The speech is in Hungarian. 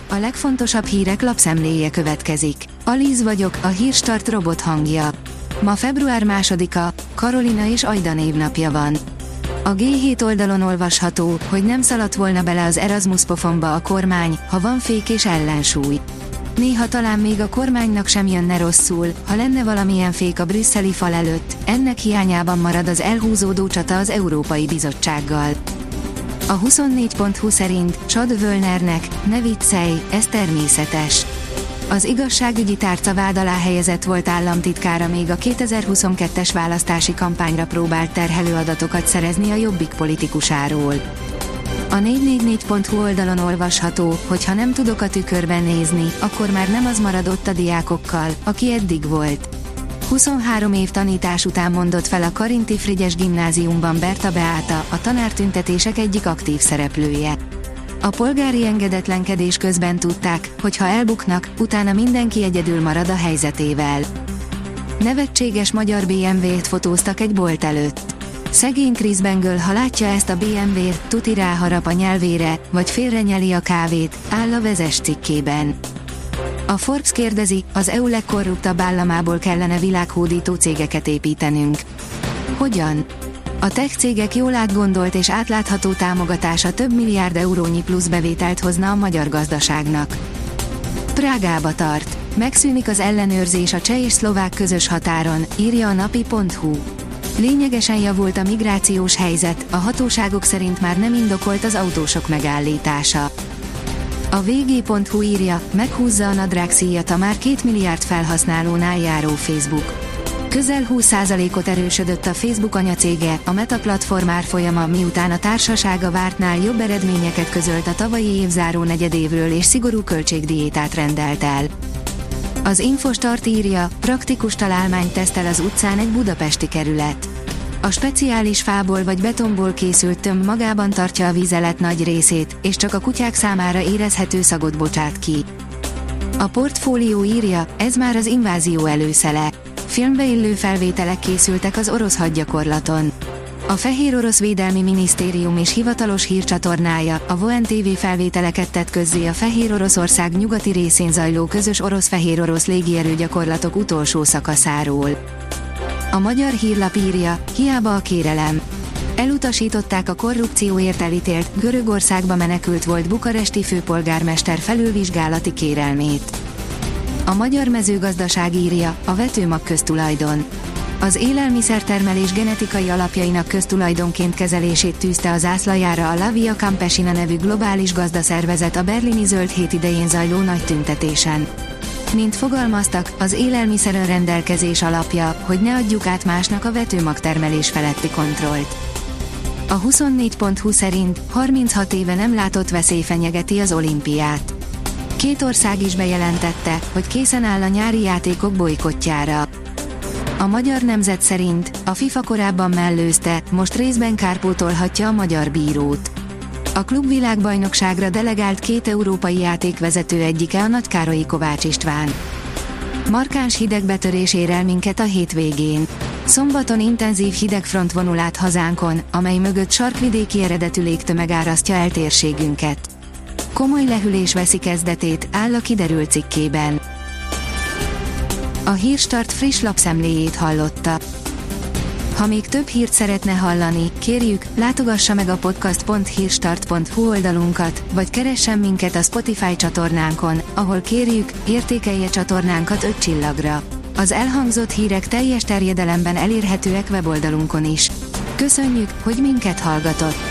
A legfontosabb hírek lapszemléje következik. Alíz vagyok, a Hírstart robot hangja. Ma február 2-a, Karolina és Ajda névnapja van. A G7 oldalon olvasható, hogy nem szaladt volna bele az Erasmus pofonba a kormány, ha van fék és ellensúly. Néha talán még a kormánynak sem jönne rosszul, ha lenne valamilyen fék a brüsszeli fal előtt, ennek hiányában marad az elhúzódó csata az Európai Bizottsággal. A 24.hu szerint Chad Völnernek, ne viccelj, ez természetes. Az igazságügyi tárca vád alá helyezett volt államtitkára még a 2022-es választási kampányra próbált terhelő adatokat szerezni a Jobbik politikusáról. A 444.hu oldalon olvasható, hogy ha nem tudok a tükörben nézni, akkor már nem az marad ott a diákokkal, aki eddig volt. 23 év tanítás után mondott fel a Karinti Frigyes gimnáziumban Berta Beáta, a tanártüntetések egyik aktív szereplője. A polgári engedetlenkedés közben tudták, hogy ha elbuknak, utána mindenki egyedül marad a helyzetével. Nevetséges magyar BMW-t fotóztak egy bolt előtt. Szegény Chris Bangle, ha látja ezt a BMW-t, tuti ráharap a nyelvére, vagy félrenyeli a kávét, áll a Vezes cikkében. A Forbes kérdezi, az EU legkorruptabb államából kellene világhódító cégeket építenünk. Hogyan? A tech cégek jól átgondolt és átlátható támogatása több milliárd eurónyi plusz bevételt hozna a magyar gazdaságnak. Prágába tart. Megszűnik az ellenőrzés a cseh és szlovák közös határon, írja a napi.hu. Lényegesen javult a migrációs helyzet, a hatóságok szerint már nem indokolt az autósok megállítása. A vg.hu írja, meghúzza a nadrágszíjat a már 2 milliárd felhasználónál járó Facebook. Közel 20%-ot erősödött a Facebook anyacége, a Meta platform árfolyama, miután a társasága vártnál jobb eredményeket közölt a tavalyi évzáró negyedévről és szigorú költségdiétát rendelt el. Az Infostart írja, praktikus találmányt tesztel az utcán egy budapesti kerület. A speciális fából vagy betonból készült tömb magában tartja a vizelet nagy részét, és csak a kutyák számára érezhető szagot bocsát ki. A Portfólió írja, ez már az invázió előszele. Filmbe illő felvételek készültek az orosz hadgyakorlaton. A Fehér Orosz Védelmi Minisztérium és hivatalos hírcsatornája, a VON TV felvételeket tett közzé a Fehér Oroszország nyugati részén zajló közös orosz-fehér orosz légierő gyakorlatok utolsó szakaszáról. A Magyar Hírlap írja, hiába a kérelem. Elutasították a korrupcióért elítélt, Görögországba menekült volt bukaresti főpolgármester felülvizsgálati kérelmét. A Magyar Mezőgazdaság írja, a vetőmag köztulajdon. Az élelmiszertermelés genetikai alapjainak köztulajdonként kezelését tűzte az zászlajára a La Via Campesina nevű globális gazdaszervezet a berlini Zöld Hét idején zajló nagy tüntetésen. Mint fogalmaztak, az élelmiszer önrendelkezés alapja, hogy ne adjuk át másnak a vetőmagtermelés feletti kontrollt. A 24.hu szerint 36 éve nem látott veszély fenyegeti az olimpiát. 2 ország is bejelentette, hogy készen áll a nyári játékok bojkottjára. A Magyar Nemzet szerint a FIFA korábban mellőzte, most részben kárpótolhatja a magyar bírót. A klubvilágbajnokságra delegált 2 európai játékvezető egyike a Nagykárolyi Kovács István. Markáns hideg ér el minket a hétvégén. Szombaton intenzív hidegfront vonul át hazánkon, amely mögött sarkvidéki eredetű légtömeg árasztja el térségünket. Komoly lehűlés veszi kezdetét, áll a kiderült cikkében. A Hírstart friss lapszemléjét hallotta. Ha még több hírt szeretne hallani, kérjük, látogassa meg a podcast.hírstart.hu oldalunkat, vagy keressen minket a Spotify csatornánkon, ahol kérjük, értékelje csatornánkat 5 csillagra. Az elhangzott hírek teljes terjedelemben elérhetőek weboldalunkon is. Köszönjük, hogy minket hallgatott!